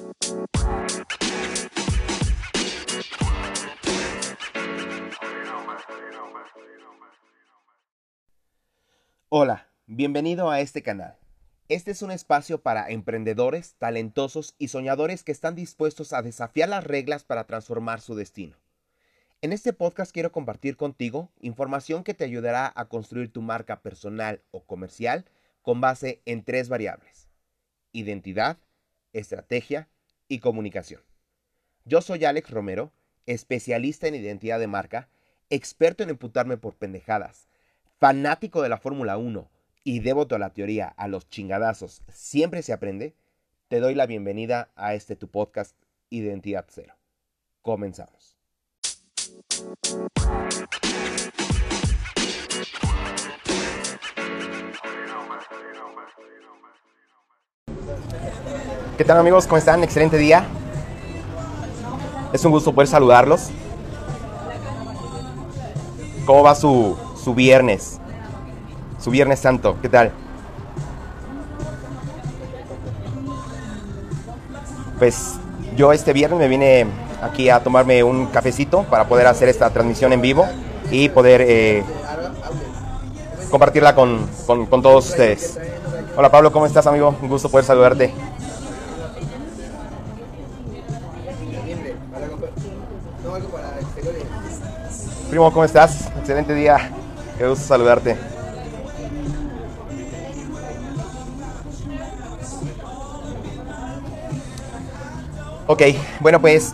Hola, bienvenido a este canal. Este es un espacio para emprendedores, talentosos y soñadores que están dispuestos a desafiar las reglas para transformar su destino. En este podcast quiero compartir contigo información que te ayudará a construir tu marca personal o comercial con base en 3 variables: identidad, estrategia y comunicación. Yo soy Alex Romero, especialista en identidad de marca, experto en imputarme por pendejadas, fanático de la Fórmula 1 y devoto a la teoría a los chingadazos siempre se aprende. Te doy la bienvenida a tu podcast Identidad Cero. Comenzamos. ¿Qué tal, amigos? ¿Cómo están? Excelente día. Es un gusto poder saludarlos. ¿Cómo va su viernes? Su Viernes Santo, ¿qué tal? Pues yo este viernes me vine aquí a tomarme un cafecito para poder hacer esta transmisión en vivo y poder compartirla con todos ustedes. Hola Pablo, ¿cómo estás, amigo? Un gusto poder saludarte. Primo, ¿cómo estás? Excelente día. Qué gusto saludarte. Ok, bueno, pues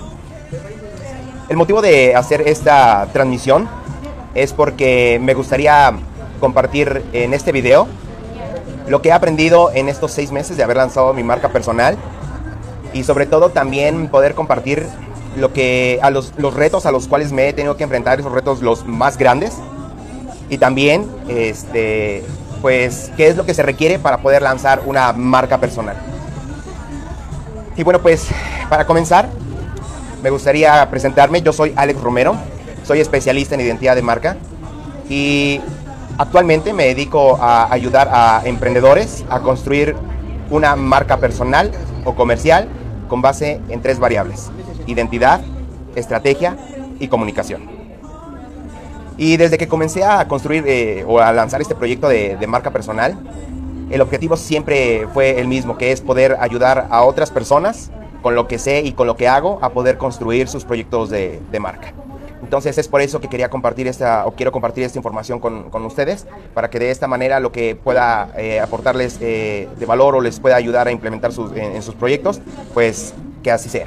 el motivo de hacer esta transmisión es porque me gustaría compartir en este video lo que he aprendido en estos 6 meses de haber lanzado mi marca personal, y sobre todo también poder compartir los retos a los cuales me he tenido que enfrentar, esos retos los más grandes, y también pues qué es lo que se requiere para poder lanzar una marca personal. Y bueno, pues para comenzar me gustaría presentarme. Yo soy Alex Romero, soy especialista en identidad de marca y actualmente me dedico a ayudar a emprendedores a construir una marca personal o comercial con base en 3 variables: identidad, estrategia y comunicación. Y desde que comencé a construir o a lanzar este proyecto de marca personal, el objetivo siempre fue el mismo, que es poder ayudar a otras personas con lo que sé y con lo que hago a poder construir sus proyectos de marca. Entonces es por eso que quiero compartir esta información con ustedes, para que de esta manera lo que pueda aportarles de valor o les pueda ayudar a implementar en sus proyectos, pues que así sea.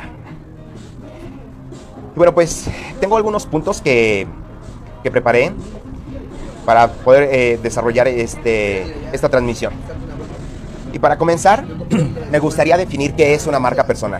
Y bueno, pues tengo algunos puntos que preparé para poder desarrollar esta transmisión. Y para comenzar, me gustaría definir qué es una marca personal.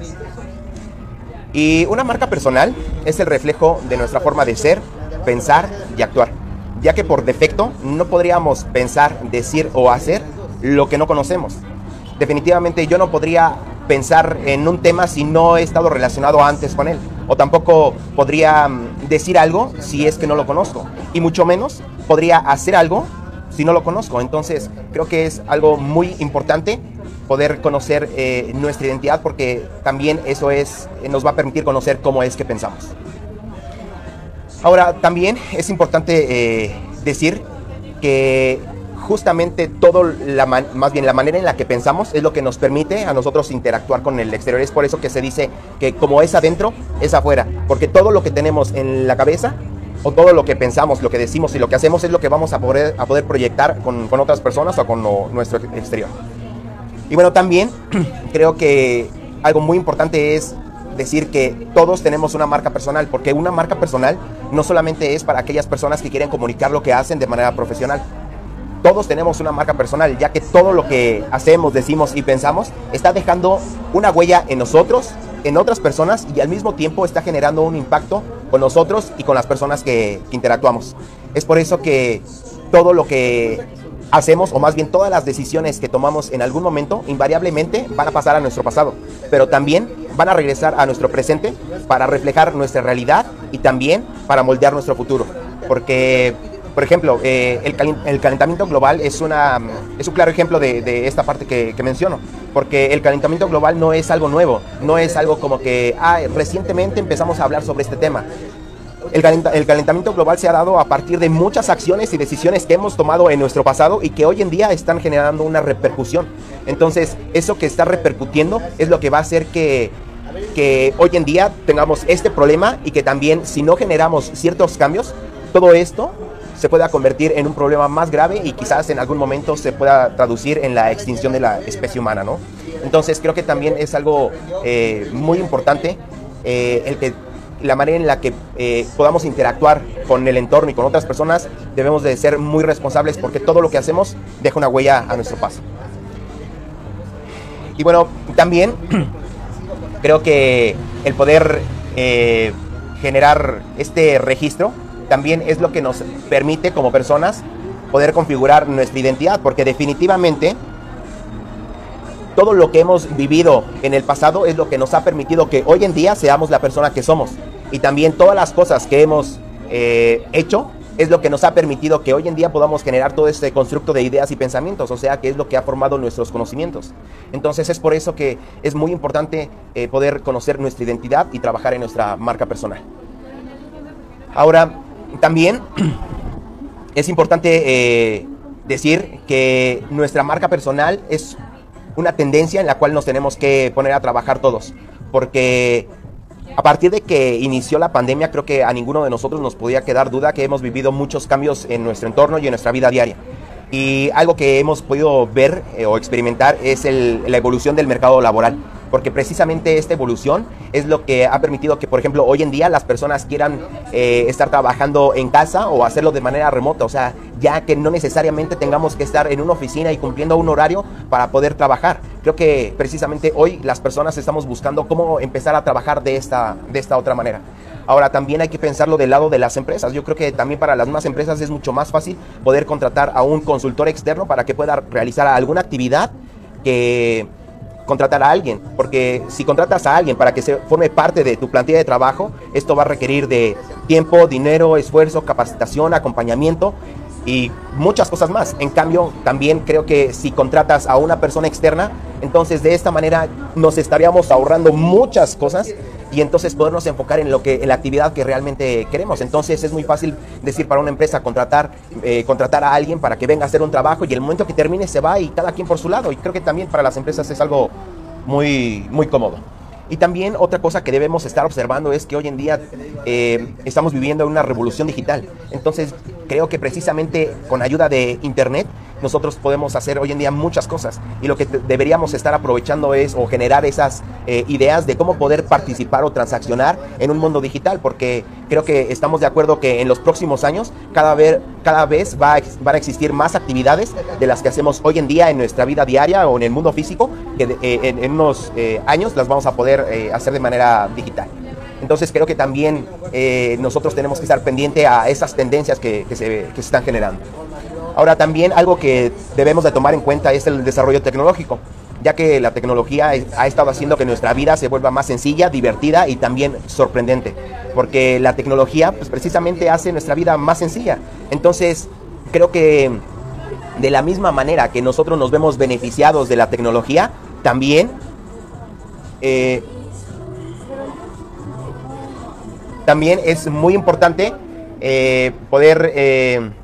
Y una marca personal es el reflejo de nuestra forma de ser, pensar y actuar, ya que por defecto no podríamos pensar, decir o hacer lo que no conocemos. Definitivamente yo no podría pensar en un tema si no he estado relacionado antes con él, o tampoco podría decir algo si es que no lo conozco, y mucho menos podría hacer algo si no lo conozco. Entonces creo que es algo muy importante poder conocer nuestra identidad, porque también eso nos va a permitir conocer cómo es que pensamos. Ahora, también es importante decir que justamente más bien la manera en la que pensamos es lo que nos permite a nosotros interactuar con el exterior. Es por eso que se dice que como es adentro, es afuera, porque todo lo que tenemos en la cabeza, o todo lo que pensamos, lo que decimos y lo que hacemos, es lo que vamos a poder proyectar con otras personas o con nuestro exterior. Y bueno, también creo que algo muy importante es decir que todos tenemos una marca personal, porque una marca personal no solamente es para aquellas personas que quieren comunicar lo que hacen de manera profesional. Todos tenemos una marca personal, ya que todo lo que hacemos, decimos y pensamos está dejando una huella en nosotros, en otras personas, y al mismo tiempo está generando un impacto con nosotros y con las personas que interactuamos. Es por eso que todo lo que hacemos, o más bien todas las decisiones que tomamos en algún momento, invariablemente van a pasar a nuestro pasado, pero también van a regresar a nuestro presente para reflejar nuestra realidad y también para moldear nuestro futuro. Porque Por ejemplo, el calentamiento global es un claro ejemplo de esta parte que menciono, porque el calentamiento global no es algo nuevo, no es algo como que recientemente empezamos a hablar sobre este tema. El calentamiento global se ha dado a partir de muchas acciones y decisiones que hemos tomado en nuestro pasado y que hoy en día están generando una repercusión. Entonces, eso que está repercutiendo es lo que va a hacer que hoy en día tengamos este problema, y que también, si no generamos ciertos cambios, todo esto se pueda convertir en un problema más grave y quizás en algún momento se pueda traducir en la extinción de la especie humana, ¿no? Entonces, creo que también es algo muy importante la manera en la que podamos interactuar con el entorno y con otras personas. Debemos de ser muy responsables, porque todo lo que hacemos deja una huella a nuestro paso. Y bueno, también creo que el poder generar este registro también es lo que nos permite como personas poder configurar nuestra identidad, porque definitivamente todo lo que hemos vivido en el pasado es lo que nos ha permitido que hoy en día seamos la persona que somos. Y también todas las cosas que hemos hecho es lo que nos ha permitido que hoy en día podamos generar todo este constructo de ideas y pensamientos, o sea, que es lo que ha formado nuestros conocimientos. Entonces es por eso que es muy importante poder conocer nuestra identidad y trabajar en nuestra marca personal. Ahora, también es importante decir que nuestra marca personal es una tendencia en la cual nos tenemos que poner a trabajar todos, porque a partir de que inició la pandemia, creo que a ninguno de nosotros nos podía quedar duda que hemos vivido muchos cambios en nuestro entorno y en nuestra vida diaria. Y algo que hemos podido ver o experimentar es la evolución del mercado laboral, porque precisamente esta evolución es lo que ha permitido que, por ejemplo, hoy en día las personas quieran estar trabajando en casa o hacerlo de manera remota, o sea, ya que no necesariamente tengamos que estar en una oficina y cumpliendo un horario para poder trabajar. Creo que precisamente hoy las personas estamos buscando cómo empezar a trabajar de esta otra manera. Ahora, también hay que pensarlo del lado de las empresas. Yo creo que también para las mismas empresas es mucho más fácil poder contratar a un consultor externo para que pueda realizar alguna actividad que contratar a alguien, porque si contratas a alguien para que se forme parte de tu plantilla de trabajo, esto va a requerir de tiempo, dinero, esfuerzo, capacitación, acompañamiento y muchas cosas más. En cambio, también creo que si contratas a una persona externa, entonces de esta manera nos estaríamos ahorrando muchas cosas y entonces podernos enfocar en la actividad que realmente queremos. Entonces es muy fácil decir para una empresa contratar a alguien para que venga a hacer un trabajo y el momento que termine se va y cada quien por su lado. Y creo que también para las empresas es algo muy, muy cómodo. Y también otra cosa que debemos estar observando es que hoy en día estamos viviendo una revolución digital. Entonces creo que precisamente con ayuda de Internet nosotros podemos hacer hoy en día muchas cosas. Y lo que deberíamos estar aprovechando es o generar esas ideas de cómo poder participar o transaccionar en un mundo digital. Porque creo que estamos de acuerdo que en los próximos años cada vez van a existir más actividades de las que hacemos hoy en día en nuestra vida diaria o en el mundo físico, que en unos años las vamos a poder hacer de manera digital. Entonces creo que también nosotros tenemos que estar pendiente a esas tendencias que se están generando. Ahora, también algo que debemos de tomar en cuenta es el desarrollo tecnológico, ya que la tecnología ha estado haciendo que nuestra vida se vuelva más sencilla, divertida y también sorprendente, porque la tecnología pues, precisamente hace nuestra vida más sencilla. Entonces creo que de la misma manera que nosotros nos vemos beneficiados de la tecnología, también es muy importante poder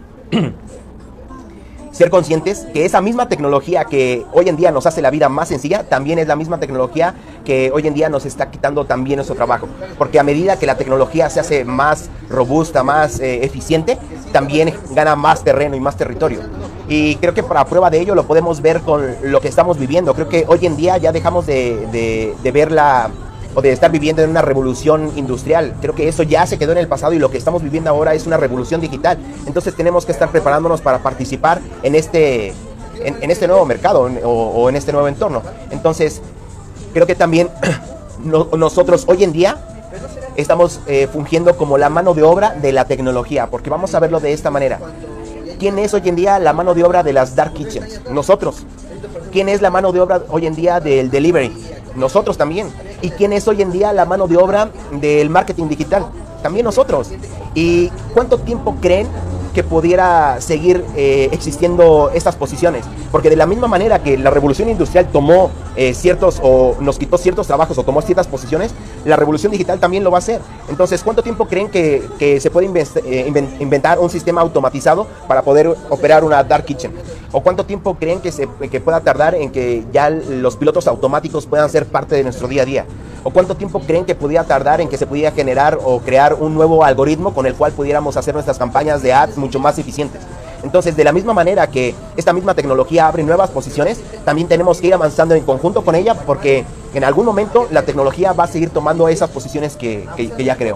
ser conscientes que esa misma tecnología que hoy en día nos hace la vida más sencilla, también es la misma tecnología que hoy en día nos está quitando también nuestro trabajo. Porque a medida que la tecnología se hace más robusta, más eficiente, también gana más terreno y más territorio. Y creo que para prueba de ello lo podemos ver con lo que estamos viviendo. Creo que hoy en día ya dejamos de verla o de estar viviendo en una revolución industrial. Creo que eso ya se quedó en el pasado y lo que estamos viviendo ahora es una revolución digital. Entonces tenemos que estar preparándonos para participar en este nuevo mercado o en este nuevo entorno. Entonces creo que también nosotros hoy en día estamos fungiendo como la mano de obra de la tecnología, porque vamos a verlo de esta manera. ¿Quién es hoy en día la mano de obra de las dark kitchens? Nosotros. ¿Quién es la mano de obra hoy en día del delivery? Nosotros también. ¿Y quién es hoy en día la mano de obra del marketing digital? También nosotros. ¿Y cuánto tiempo creen que pudiera seguir existiendo estas posiciones, porque de la misma manera que la revolución industrial tomó nos quitó ciertos trabajos o tomó ciertas posiciones, la revolución digital también lo va a hacer. Entonces, ¿cuánto tiempo creen que se puede inventar un sistema automatizado para poder operar una dark kitchen? ¿O cuánto tiempo creen que pueda tardar en que ya los pilotos automáticos puedan ser parte de nuestro día a día? ¿O cuánto tiempo creen que pudiera tardar en que se pudiera generar o crear un nuevo algoritmo con el cual pudiéramos hacer nuestras campañas de ads mucho más eficientes? Entonces, de la misma manera que esta misma tecnología abre nuevas posiciones, también tenemos que ir avanzando en conjunto con ella, porque en algún momento la tecnología va a seguir tomando esas posiciones que ya creó.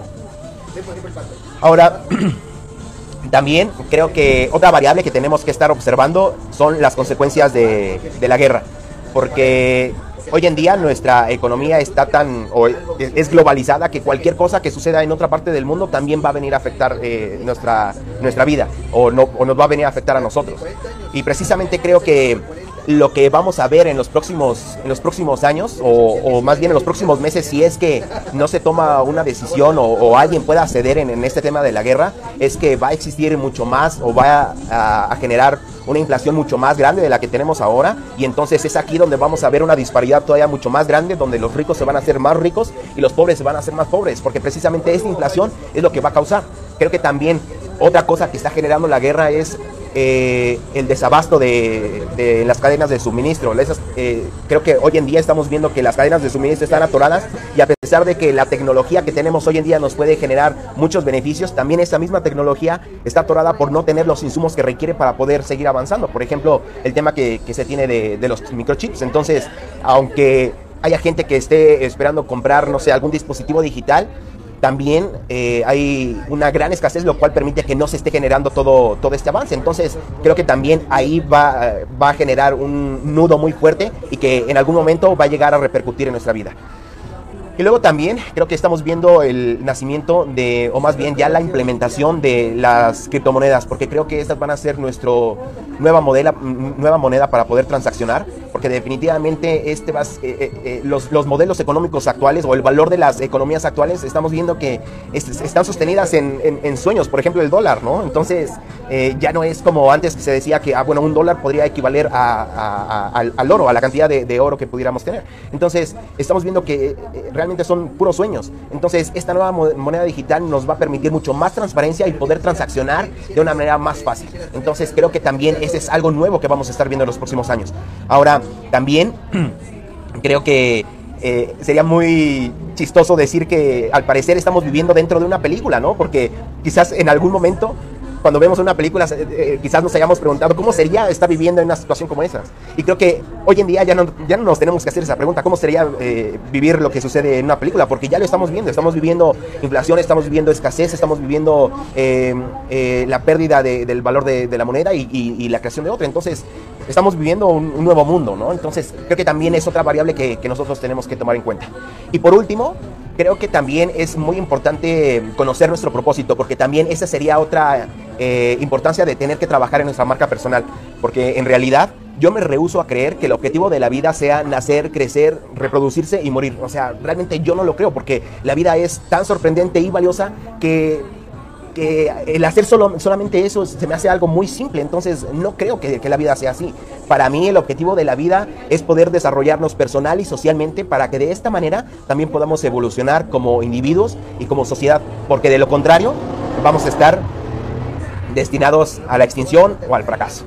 Ahora, también creo que otra variable que tenemos que estar observando son las consecuencias de la guerra, porque hoy en día nuestra economía está es globalizada, que cualquier cosa que suceda en otra parte del mundo también va a venir a afectar nuestra vida, o nos va a venir a afectar a nosotros. Y precisamente creo que lo que vamos a ver en los próximos años, o más bien en los próximos meses, si es que no se toma una decisión o alguien pueda ceder en este tema de la guerra, es que va a existir mucho más, o va a generar una inflación mucho más grande de la que tenemos ahora, y entonces es aquí donde vamos a ver una disparidad todavía mucho más grande, donde los ricos se van a hacer más ricos y los pobres se van a hacer más pobres, porque precisamente esta inflación es lo que va a causar. Creo que también otra cosa que está generando la guerra es el desabasto de las cadenas de suministro. Creo que hoy en día estamos viendo que las cadenas de suministro están atoradas, y a pesar de que la tecnología que tenemos hoy en día nos puede generar muchos beneficios, también esa misma tecnología está atorada por no tener los insumos que requiere para poder seguir avanzando. Por ejemplo, el tema que se tiene de los microchips. Entonces, aunque haya gente que esté esperando comprar, no sé, algún dispositivo digital, también hay una gran escasez, lo cual permite que no se esté generando todo este avance. Entonces, creo que también ahí va a generar un nudo muy fuerte, y que en algún momento va a llegar a repercutir en nuestra vida. Y luego también creo que estamos viendo el nacimiento o más bien ya la implementación de las criptomonedas, porque creo que estas van a ser nuestra nueva moneda para poder transaccionar, porque definitivamente los modelos económicos actuales, o el valor de las economías actuales, estamos viendo que están sostenidas en sueños. Por ejemplo, el dólar, ¿no? Entonces, ya no es como antes, que se decía que un dólar podría equivaler al oro, a la cantidad de oro que pudiéramos tener. Entonces, estamos viendo que realmente son puros sueños. Entonces, esta nueva moneda digital nos va a permitir mucho más transparencia y poder transaccionar de una manera más fácil. Entonces, creo que también ese es algo nuevo que vamos a estar viendo en los próximos años. Ahora, también creo que sería muy chistoso decir que al parecer estamos viviendo dentro de una película, ¿no? Porque quizás en algún momento, cuando vemos una película, quizás nos hayamos preguntado cómo sería estar viviendo en una situación como esa. Y creo que hoy en día ya no nos tenemos que hacer esa pregunta, ¿cómo sería vivir lo que sucede en una película? Porque ya lo estamos viviendo inflación, estamos viviendo escasez, estamos viviendo la pérdida del valor de la moneda y la creación de otra. Entonces, estamos viviendo un nuevo mundo, ¿no? Entonces, creo que también es otra variable que nosotros tenemos que tomar en cuenta. Y por último, creo que también es muy importante conocer nuestro propósito, porque también esa sería otra importancia de tener que trabajar en nuestra marca personal, porque en realidad yo me rehúso a creer que el objetivo de la vida sea nacer, crecer, reproducirse y morir. O sea, realmente yo no lo creo, porque la vida es tan sorprendente y valiosa que el hacer solamente eso se me hace algo muy simple. Entonces no creo que la vida sea así. Para mí el objetivo de la vida es poder desarrollarnos personal y socialmente, para que de esta manera también podamos evolucionar como individuos y como sociedad, porque de lo contrario vamos a estar destinados a la extinción o al fracaso.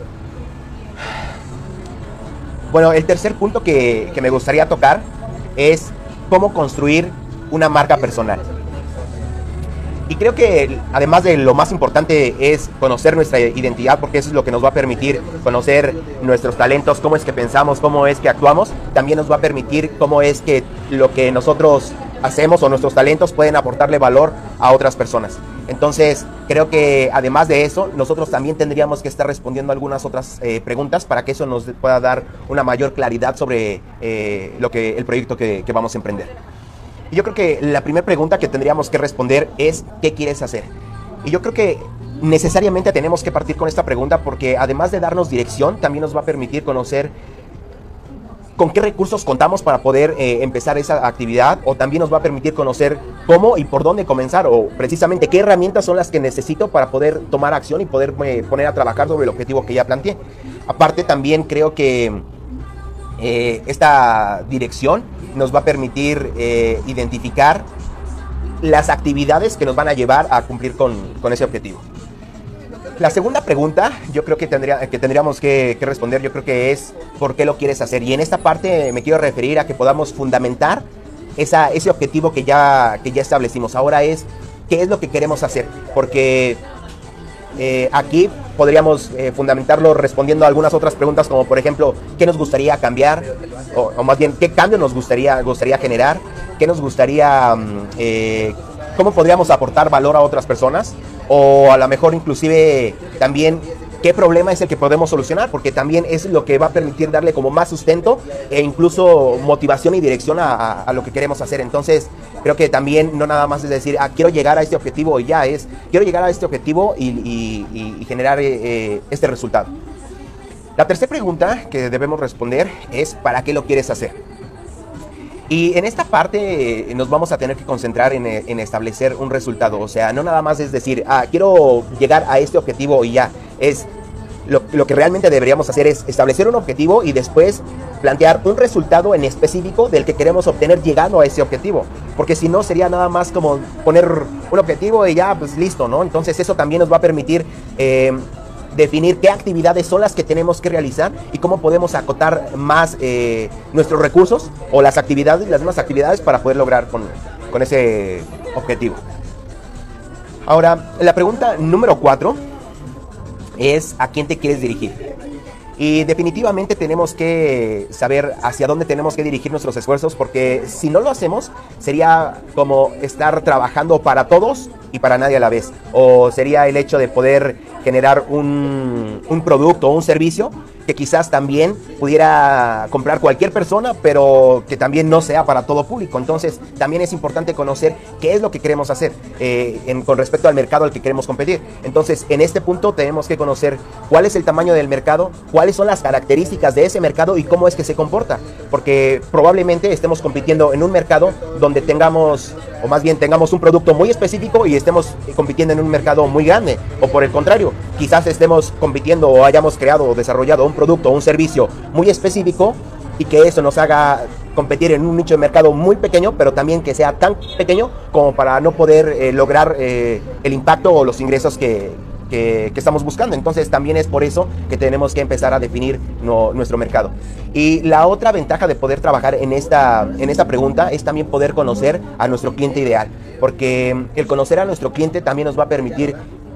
Bueno, el tercer punto que me gustaría tocar es cómo construir una marca personal. Y creo que además de lo más importante es conocer nuestra identidad, porque eso es lo que nos va a permitir conocer nuestros talentos, cómo es que pensamos, cómo es que actuamos. También nos va a permitir cómo es que lo que nosotros hacemos o nuestros talentos pueden aportarle valor a otras personas. Entonces, creo que además de eso, nosotros también tendríamos que estar respondiendo algunas otras preguntas, para que eso nos pueda dar una mayor claridad sobre el proyecto que vamos a emprender. Y yo creo que la primera pregunta que tendríamos que responder es: ¿qué quieres hacer? Y yo creo que necesariamente tenemos que partir con esta pregunta, porque además de darnos dirección, también nos va a permitir conocer con qué recursos contamos para poder empezar esa actividad, o también nos va a permitir conocer cómo y por dónde comenzar, o precisamente qué herramientas son las que necesito para poder tomar acción y poder poner a trabajar sobre el objetivo que ya planteé. Aparte, también creo que esta dirección nos va a permitir identificar las actividades que nos van a llevar a cumplir con ese objetivo. La segunda pregunta, yo creo que tendríamos que responder, yo creo que es ¿por qué lo quieres hacer? Y en esta parte me quiero referir a que podamos fundamentar ese objetivo que ya establecimos. Ahora es ¿qué es lo que queremos hacer? Porque aquí podríamos fundamentarlo respondiendo a algunas otras preguntas, como por ejemplo, ¿qué nos gustaría cambiar? O más bien, ¿qué cambio nos gustaría generar? ¿Qué nos gustaría, cómo podríamos aportar valor a otras personas? O a lo mejor inclusive también qué problema es el que podemos solucionar, porque también es lo que va a permitir darle como más sustento e incluso motivación y dirección a lo que queremos hacer. Entonces creo que también no nada más es decir, quiero llegar a este objetivo, y ya es, quiero llegar a este objetivo y generar este resultado. La tercera pregunta que debemos responder es ¿para qué lo quieres hacer? Y en esta parte nos vamos a tener que concentrar en establecer un resultado. O sea, no nada más es decir, quiero llegar a este objetivo y ya. Es lo que realmente deberíamos hacer es establecer un objetivo y después plantear un resultado en específico del que queremos obtener llegando a ese objetivo. Porque si no, sería nada más como poner un objetivo y ya, pues listo, ¿no? Entonces eso también nos va a permitir definir qué actividades son las que tenemos que realizar y cómo podemos acotar más nuestros recursos o las demás actividades para poder lograr con ese objetivo. Ahora, la pregunta número 4 es ¿a quién te quieres dirigir? Y definitivamente tenemos que saber hacia dónde tenemos que dirigir nuestros esfuerzos, porque si no lo hacemos sería como estar trabajando para todos y para nadie a la vez. O sería el hecho de poder generar un producto o un servicio que quizás también pudiera comprar cualquier persona, pero que también no sea para todo público. Entonces también es importante conocer qué es lo que queremos hacer con respecto al mercado al que queremos competir. Entonces en este punto tenemos que conocer cuál es el tamaño del mercado, cuáles son las características de ese mercado y cómo es que se comporta, porque probablemente estemos compitiendo en un mercado donde tengamos, o más bien tengamos un producto muy específico y estemos compitiendo en un mercado muy grande, o por el contrario, quizás estemos compitiendo o hayamos creado o desarrollado un producto o un servicio muy específico y que eso nos haga competir en un nicho de mercado muy pequeño, pero también que sea tan pequeño como para no poder lograr el impacto o los ingresos que estamos buscando. Entonces también es por eso que tenemos que empezar a definir nuestro mercado. Y la otra ventaja de poder trabajar en esta pregunta es también poder conocer a nuestro cliente ideal, porque el conocer a nuestro cliente también nos va a permitir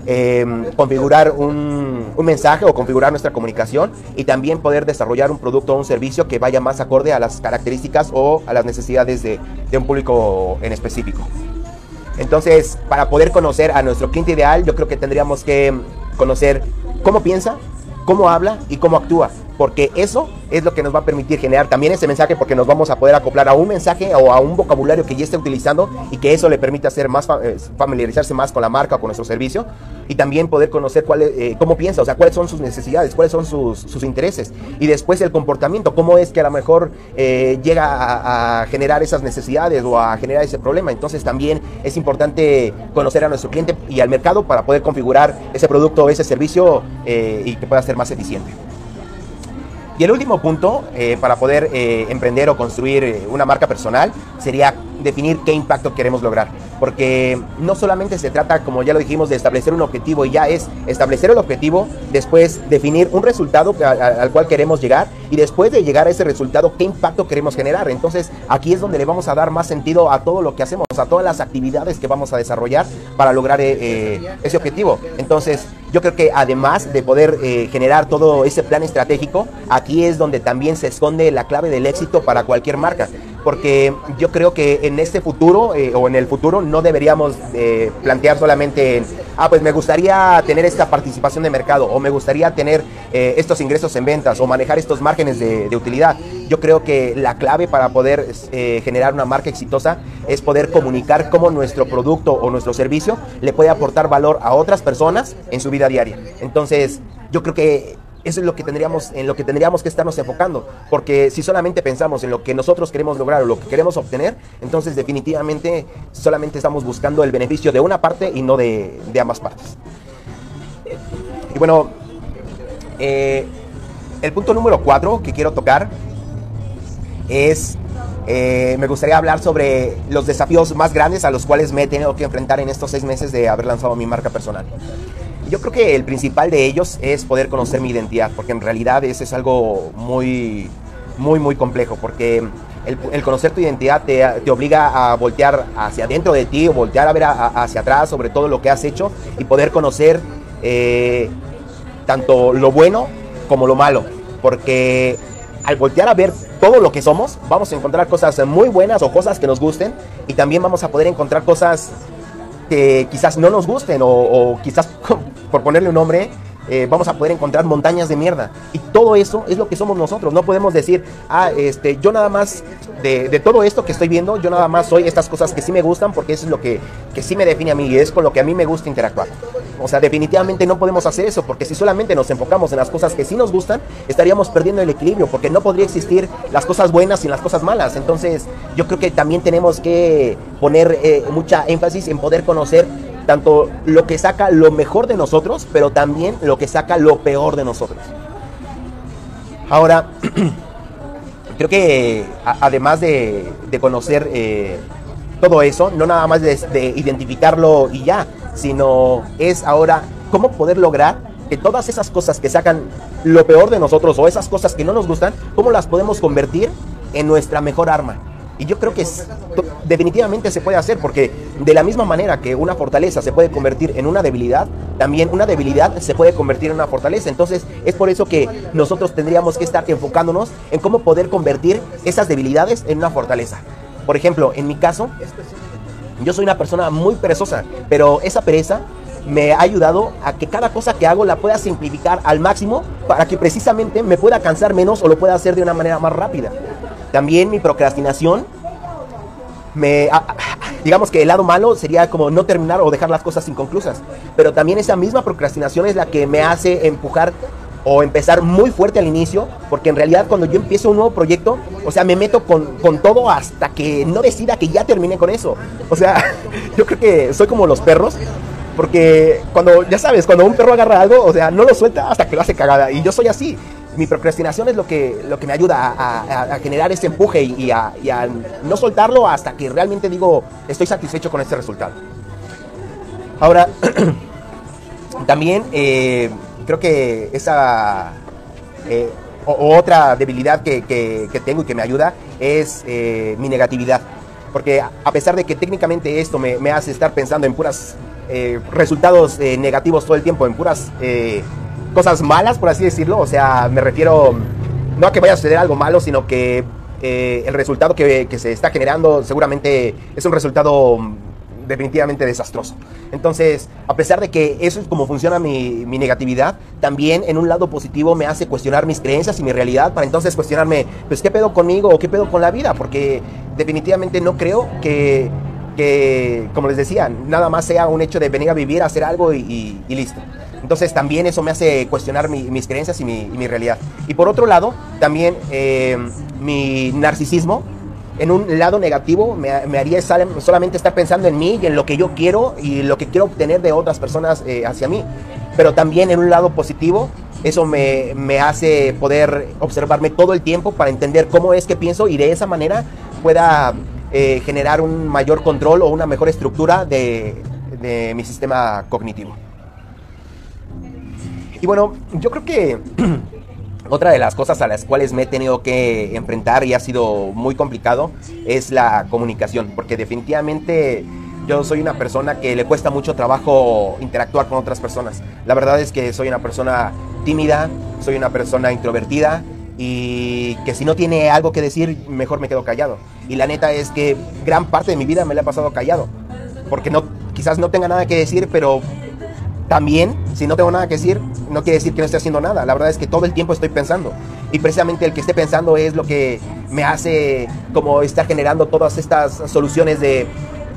configurar un mensaje o configurar nuestra comunicación y también poder desarrollar un producto o un servicio que vaya más acorde a las características o a las necesidades de un público en específico. Entonces, para poder conocer a nuestro cliente ideal, yo creo que tendríamos que conocer cómo piensa, cómo habla y cómo actúa, porque eso es lo que nos va a permitir generar también ese mensaje, porque nos vamos a poder acoplar a un mensaje o a un vocabulario que ya esté utilizando y que eso le permita hacer más familiarizarse más con la marca o con nuestro servicio, y también poder conocer cómo piensa, o sea, cuáles son sus necesidades, cuáles son sus intereses, y después el comportamiento, cómo es que a lo mejor llega a generar esas necesidades o a generar ese problema. Entonces también es importante conocer a nuestro cliente y al mercado para poder configurar ese producto o ese servicio y que pueda ser más eficiente. Y el último punto para poder emprender o construir una marca personal sería definir qué impacto queremos lograr, porque no solamente se trata, como ya lo dijimos, de establecer un objetivo y ya es establecer el objetivo, después definir un resultado al cual queremos llegar y después de llegar a ese resultado, qué impacto queremos generar. Entonces aquí es donde le vamos a dar más sentido a todo lo que hacemos, a todas las actividades que vamos a desarrollar para lograr ese objetivo. Entonces yo creo que además de poder generar todo ese plan estratégico, aquí es donde también se esconde la clave del éxito para cualquier marca. Porque yo creo que en este futuro o en el futuro no deberíamos plantear solamente en, pues me gustaría tener esta participación de mercado o me gustaría tener estos ingresos en ventas o manejar estos márgenes de utilidad. Yo creo que la clave para poder generar una marca exitosa es poder comunicar cómo nuestro producto o nuestro servicio le puede aportar valor a otras personas en su vida diaria. Entonces yo creo que eso es en lo que tendríamos que estarnos enfocando, porque si solamente pensamos en lo que nosotros queremos lograr o lo que queremos obtener, entonces definitivamente solamente estamos buscando el beneficio de una parte y no de ambas partes. Y bueno, el punto número 4 que quiero tocar es, me gustaría hablar sobre los desafíos más grandes a los cuales me he tenido que enfrentar en estos 6 meses de haber lanzado mi marca personal. Yo creo que el principal de ellos es poder conocer mi identidad, porque en realidad eso es algo muy complejo, porque el conocer tu identidad te obliga a voltear hacia adentro de ti o voltear a ver hacia atrás sobre todo lo que has hecho y poder conocer tanto lo bueno como lo malo, porque al voltear a ver todo lo que somos, vamos a encontrar cosas muy buenas o cosas que nos gusten, y también vamos a poder encontrar cosas que quizás no nos gusten o quizás, por ponerle un nombre, vamos a poder encontrar montañas de mierda. Y todo eso es lo que somos nosotros. No podemos decir, yo nada más de todo esto que estoy viendo, yo nada más soy estas cosas que sí me gustan, porque eso es lo que sí me define a mí y es con lo que a mí me gusta interactuar. O sea, definitivamente no podemos hacer eso, porque si solamente nos enfocamos en las cosas que sí nos gustan, estaríamos perdiendo el equilibrio, porque no podría existir las cosas buenas sin las cosas malas. Entonces, yo creo que también tenemos que poner mucha énfasis en poder conocer tanto lo que saca lo mejor de nosotros, pero también lo que saca lo peor de nosotros. Ahora, creo que además de conocer todo eso, no nada más de identificarlo y ya, sino es ahora cómo poder lograr que todas esas cosas que sacan lo peor de nosotros o esas cosas que no nos gustan, cómo las podemos convertir en nuestra mejor arma. Y yo creo que definitivamente se puede hacer, porque de la misma manera que una fortaleza se puede convertir en una debilidad, también una debilidad se puede convertir en una fortaleza. Entonces es por eso que nosotros tendríamos que estar enfocándonos en cómo poder convertir esas debilidades en una fortaleza. Por ejemplo, en mi caso, yo soy una persona muy perezosa, pero esa pereza me ha ayudado a que cada cosa que hago la pueda simplificar al máximo para que precisamente me pueda cansar menos o lo pueda hacer de una manera más rápida. También mi procrastinación, digamos que el lado malo sería como no terminar o dejar las cosas inconclusas, pero también esa misma procrastinación es la que me hace empujar o empezar muy fuerte al inicio, porque en realidad cuando yo empiezo un nuevo proyecto, o sea, me meto con todo hasta que no decida que ya terminé con eso. O sea, yo creo que soy como los perros, porque ya sabes, cuando un perro agarra algo, o sea, no lo suelta hasta que lo hace cagada, y yo soy así. Mi procrastinación es lo que me ayuda a generar ese empuje y a no soltarlo hasta que realmente digo, estoy satisfecho con este resultado. Ahora, también creo que esa otra debilidad que tengo y que me ayuda es mi negatividad. Porque a pesar de que técnicamente esto me hace estar pensando en puras resultados negativos todo el tiempo, en puras cosas malas, por así decirlo. O sea, me refiero no a que vaya a suceder algo malo, sino que el resultado que se está generando seguramente es un resultado definitivamente desastroso. Entonces, a pesar de que eso es como funciona mi negatividad, también en un lado positivo me hace cuestionar mis creencias y mi realidad, para entonces cuestionarme, pues, ¿qué pedo conmigo o qué pedo con la vida? Porque definitivamente no creo que como les decía, nada más sea un hecho de venir a vivir, a hacer algo y listo. Entonces también eso me hace cuestionar mis creencias y mi realidad. Y por otro lado, también mi narcisismo, en un lado negativo, me haría solamente estar pensando en mí y en lo que yo quiero y lo que quiero obtener de otras personas hacia mí. Pero también en un lado positivo, eso me hace poder observarme todo el tiempo para entender cómo es que pienso y de esa manera pueda generar un mayor control o una mejor estructura de mi sistema cognitivo. Y bueno, yo creo que otra de las cosas a las cuales me he tenido que enfrentar y ha sido muy complicado es la comunicación, porque definitivamente yo soy una persona que le cuesta mucho trabajo interactuar con otras personas. La verdad es que soy una persona tímida, soy una persona introvertida y que si no tiene algo que decir, mejor me quedo callado. Y la neta es que gran parte de mi vida me la he pasado callado, porque quizás no tenga nada que decir, pero también, si no tengo nada que decir, no quiere decir que no esté haciendo nada. La verdad es que todo el tiempo estoy pensando. Y precisamente el que esté pensando es lo que me hace como estar generando todas estas soluciones de,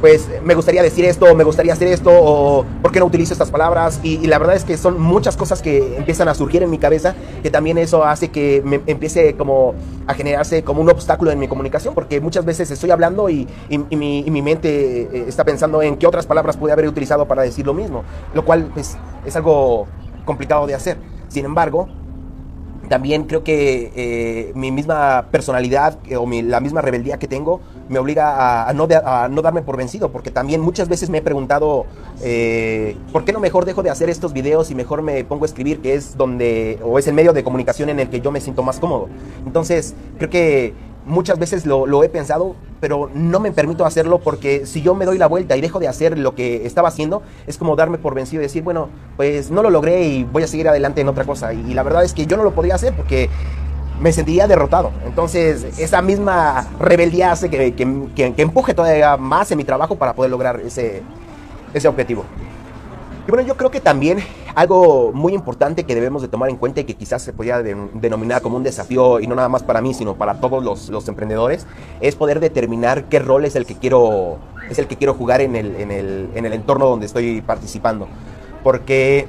pues me gustaría decir esto, o me gustaría hacer esto, o por qué no utilizo estas palabras, y la verdad es que son muchas cosas que empiezan a surgir en mi cabeza, que también eso hace que me empiece como a generarse como un obstáculo en mi comunicación, porque muchas veces estoy hablando y mi mente está pensando en qué otras palabras pude haber utilizado para decir lo mismo, lo cual pues es algo complicado de hacer. Sin embargo, también creo que mi misma personalidad la misma rebeldía que tengo me obliga a no darme por vencido, porque también muchas veces me he preguntado ¿por qué no mejor dejo de hacer estos videos y mejor me pongo a escribir, que es es el medio de comunicación en el que yo me siento más cómodo? Entonces creo que muchas veces lo he pensado, pero no me permito hacerlo, porque si yo me doy la vuelta y dejo de hacer lo que estaba haciendo, es como darme por vencido y decir, bueno, pues no lo logré y voy a seguir adelante en otra cosa. Y la verdad es que yo no lo podría hacer porque me sentiría derrotado. Entonces esa misma rebeldía hace que empuje todavía más en mi trabajo para poder lograr ese objetivo. Y bueno, yo creo que también algo muy importante que debemos de tomar en cuenta, y que quizás se podría denominar como un desafío, y no nada más para mí, sino para todos los emprendedores, es poder determinar qué rol es el que quiero jugar en el entorno donde estoy participando. Porque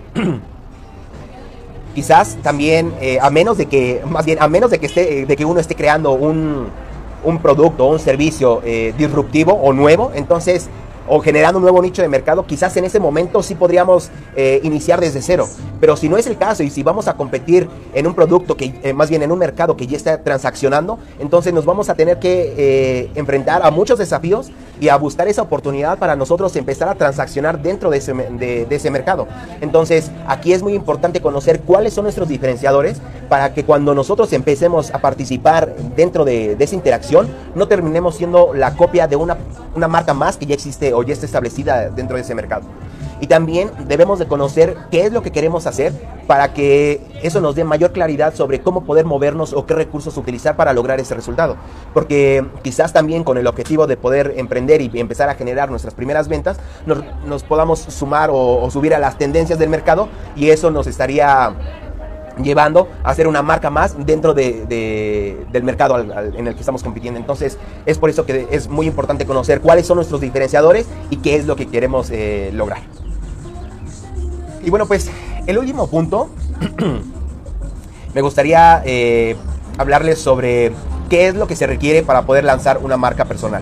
quizás también, a menos de que uno esté creando un producto o un servicio disruptivo o nuevo, entonces, o generando un nuevo nicho de mercado, quizás en ese momento sí podríamos iniciar desde cero. Pero si no es el caso, y si vamos a competir en un producto más bien en un mercado que ya está transaccionando, entonces nos vamos a tener que enfrentar a muchos desafíos y a buscar esa oportunidad para nosotros empezar a transaccionar dentro de ese mercado. Entonces aquí es muy importante conocer cuáles son nuestros diferenciadores, para que cuando nosotros empecemos a participar dentro de esa interacción, no terminemos siendo la copia de una marca más que ya existe o ya está establecida dentro de ese mercado. Y también debemos de conocer qué es lo que queremos hacer, para que eso nos dé mayor claridad sobre cómo poder movernos o qué recursos utilizar para lograr ese resultado. Porque quizás también con el objetivo de poder emprender y empezar a generar nuestras primeras ventas, nos podamos sumar o subir a las tendencias del mercado, y eso nos estaría llevando a ser una marca más dentro del mercado en el que estamos compitiendo. Entonces es por eso que es muy importante conocer cuáles son nuestros diferenciadores y qué es lo que queremos lograr. Y bueno, pues el último punto me gustaría hablarles sobre qué es lo que se requiere para poder lanzar una marca personal.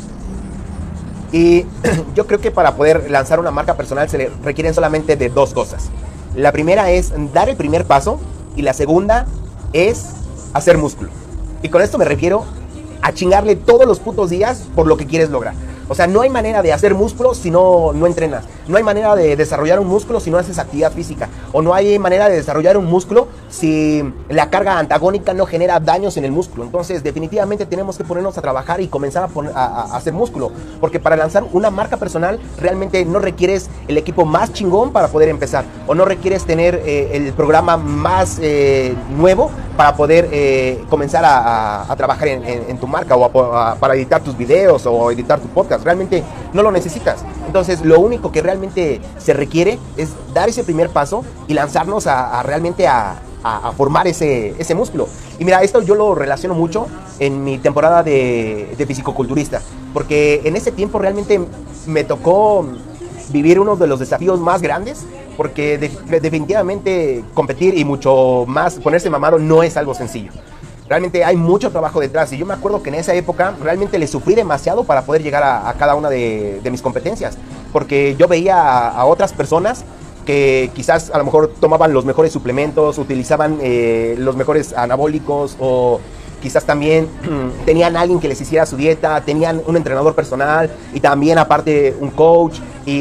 Y yo creo que para poder lanzar una marca personal se le requieren solamente de dos cosas. La primera es dar el primer paso, y la segunda es hacer músculo. Y con esto me refiero a chingarle todos los putos días por lo que quieres lograr. O sea, no hay manera de hacer músculo si no entrenas. No hay manera de desarrollar un músculo si no haces actividad física. O no hay manera de desarrollar un músculo si la carga antagónica no genera daños en el músculo. Entonces, definitivamente tenemos que ponernos a trabajar y comenzar a hacer músculo. Porque para lanzar una marca personal, realmente no requieres el equipo más chingón para poder empezar. O no requieres tener el programa más nuevo para poder comenzar a trabajar en tu marca, o para editar tus videos o editar tu podcast. Realmente no lo necesitas. Entonces lo único que realmente se requiere es dar ese primer paso y lanzarnos realmente a formar ese músculo. Y mira, esto yo lo relaciono mucho en mi temporada de fisicoculturista, porque en ese tiempo realmente me tocó vivir uno de los desafíos más grandes, porque definitivamente competir y mucho más ponerse mamado no es algo sencillo. Realmente hay mucho trabajo detrás, y yo me acuerdo que en esa época realmente le sufrí demasiado para poder llegar a cada una de mis competencias, porque yo veía a otras personas que quizás a lo mejor tomaban los mejores suplementos, utilizaban los mejores anabólicos, o quizás también tenían a alguien que les hiciera su dieta, tenían un entrenador personal y también aparte un coach,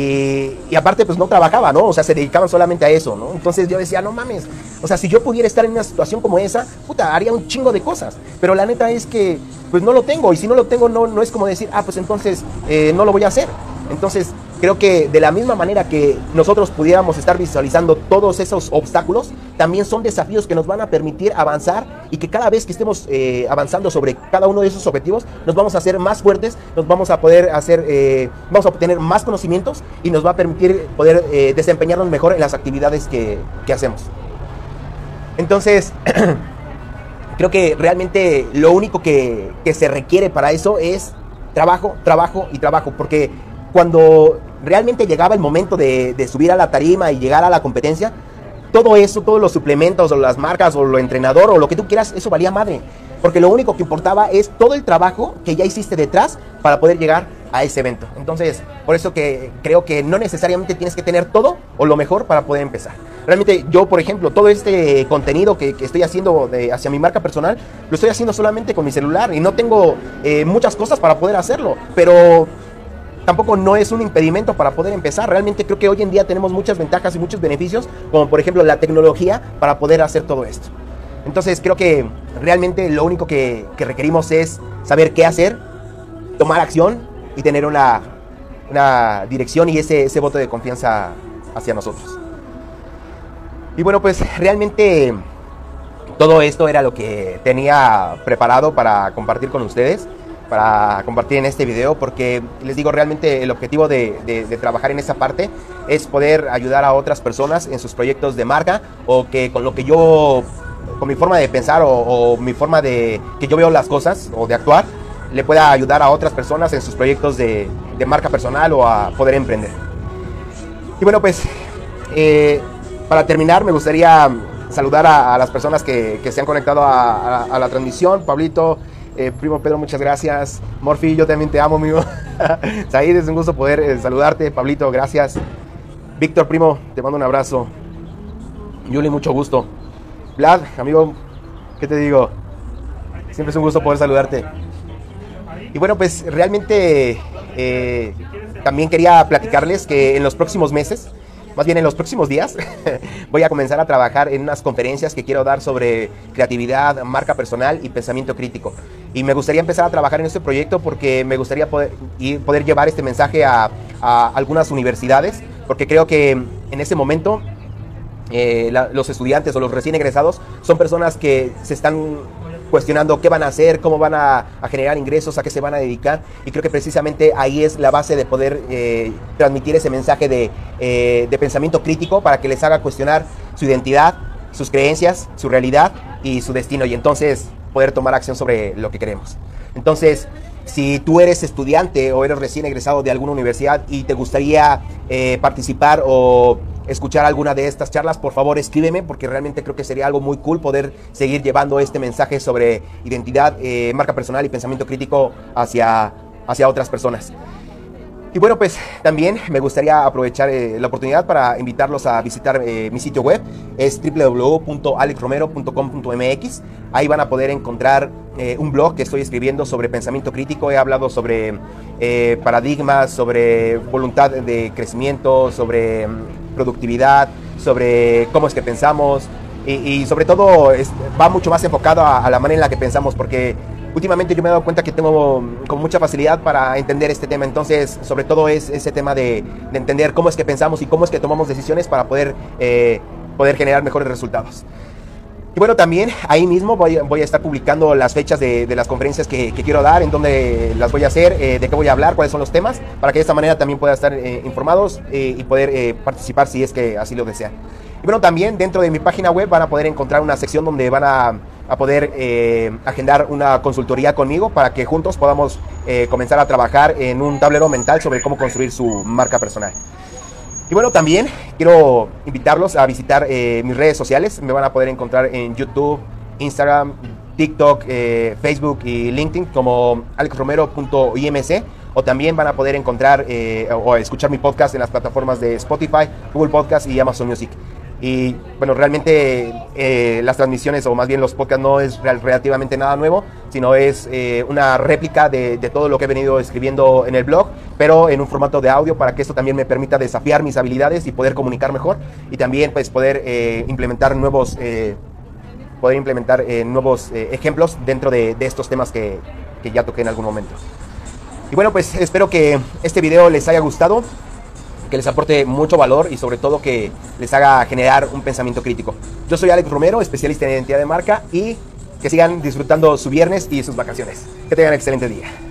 y aparte pues no trabajaba, ¿no? O sea, se dedicaban solamente a eso, ¿no? Entonces yo decía, no mames, o sea, si yo pudiera estar en una situación como esa, puta, haría un chingo de cosas, pero la neta es que pues no lo tengo, y si no lo tengo no es como decir, pues entonces no lo voy a hacer. Entonces creo que de la misma manera que nosotros pudiéramos estar visualizando todos esos obstáculos, también son desafíos que nos van a permitir avanzar, y que cada vez que estemos avanzando sobre cada uno de esos objetivos, nos vamos a hacer más fuertes, nos vamos a poder vamos a obtener más conocimientos, y nos va a permitir poder desempeñarnos mejor en las actividades que hacemos. Entonces creo que realmente lo único que se requiere para eso es trabajo, trabajo y trabajo, porque cuando realmente llegaba el momento de subir a la tarima y llegar a la competencia, todo eso, todos los suplementos o las marcas o lo entrenador o lo que tú quieras, eso valía madre. Porque lo único que importaba es todo el trabajo que ya hiciste detrás para poder llegar a ese evento. Entonces, por eso que creo que no necesariamente tienes que tener todo o lo mejor para poder empezar. Realmente yo, por ejemplo, todo este contenido que estoy haciendo hacia mi marca personal, lo estoy haciendo solamente con mi celular y no tengo muchas cosas para poder hacerlo. Pero tampoco no es un impedimento para poder empezar. Realmente creo que hoy en día tenemos muchas ventajas y muchos beneficios, como por ejemplo la tecnología para poder hacer todo esto. Entonces creo que realmente lo único que requerimos es saber qué hacer, tomar acción y tener una dirección y ese voto de confianza hacia nosotros. Y bueno, pues realmente todo esto era lo que tenía preparado para compartir con ustedes, para compartir en este video, porque les digo, realmente el objetivo de trabajar en esa parte es poder ayudar a otras personas en sus proyectos de marca, o que con lo que yo, con mi forma de pensar o mi forma de que yo veo las cosas o de actuar, le pueda ayudar a otras personas en sus proyectos de marca personal o a poder emprender. Y bueno, pues para terminar me gustaría saludar a las personas que se han conectado a la transmisión. Pablito, primo Pedro, muchas gracias. Morphy, yo también te amo, amigo. Said, es un gusto poder saludarte. Pablito, gracias. Víctor, primo, te mando un abrazo. Yuli, mucho gusto. Vlad, amigo, ¿qué te digo? Siempre es un gusto poder saludarte. Y bueno, pues realmente también quería platicarles que en los próximos meses, más bien en los próximos días, voy a comenzar a trabajar en unas conferencias que quiero dar sobre creatividad, marca personal y pensamiento crítico. Y me gustaría empezar a trabajar en este proyecto porque me gustaría poder llevar este mensaje a algunas universidades, porque creo que en ese momento los estudiantes o los recién egresados son personas que se están cuestionando qué van a hacer, cómo van a generar ingresos, a qué se van a dedicar, y creo que precisamente ahí es la base de poder transmitir ese mensaje de pensamiento crítico para que les haga cuestionar su identidad, sus creencias, su realidad y su destino, y entonces poder tomar acción sobre lo que queremos. Entonces, si tú eres estudiante o eres recién egresado de alguna universidad y te gustaría participar o escuchar alguna de estas charlas, por favor escríbeme, porque realmente creo que sería algo muy cool poder seguir llevando este mensaje sobre identidad, marca personal y pensamiento crítico hacia otras personas. Y bueno, pues también me gustaría aprovechar la oportunidad para invitarlos a visitar mi sitio web. Es www.alexromero.com.mx. Ahí van a poder encontrar un blog que estoy escribiendo sobre pensamiento crítico. He hablado sobre paradigmas, sobre voluntad de crecimiento, sobre productividad, sobre cómo es que pensamos y sobre todo va mucho más enfocado a la manera en la que pensamos, porque últimamente yo me he dado cuenta que tengo con mucha facilidad para entender este tema. Entonces, sobre todo es ese tema de entender cómo es que pensamos y cómo es que tomamos decisiones para poder generar mejores resultados. Y bueno, también ahí mismo voy a estar publicando las fechas de las conferencias que quiero dar, en dónde las voy a hacer, de qué voy a hablar, cuáles son los temas, para que de esta manera también puedan estar informados y poder participar si es que así lo desean. Y bueno, también dentro de mi página web van a poder encontrar una sección donde van a poder agendar una consultoría conmigo para que juntos podamos comenzar a trabajar en un tablero mental sobre cómo construir su marca personal. Y bueno, también quiero invitarlos a visitar mis redes sociales. Me van a poder encontrar en YouTube, Instagram, TikTok, Facebook y LinkedIn como alexromero.imc, o también van a poder encontrar o escuchar mi podcast en las plataformas de Spotify, Google Podcast y Amazon Music. Y bueno, realmente las transmisiones, o más bien los podcasts, no es relativamente nada nuevo, sino es una réplica de todo lo que he venido escribiendo en el blog, pero en un formato de audio, para que esto también me permita desafiar mis habilidades y poder comunicar mejor, y también pues poder implementar nuevos ejemplos dentro de estos temas que ya toqué en algún momento. Y bueno, pues espero que este video les haya gustado, que les aporte mucho valor y sobre todo que les haga generar un pensamiento crítico. Yo soy Alex Romero, especialista en identidad de marca, y que sigan disfrutando su viernes y sus vacaciones. Que tengan un excelente día.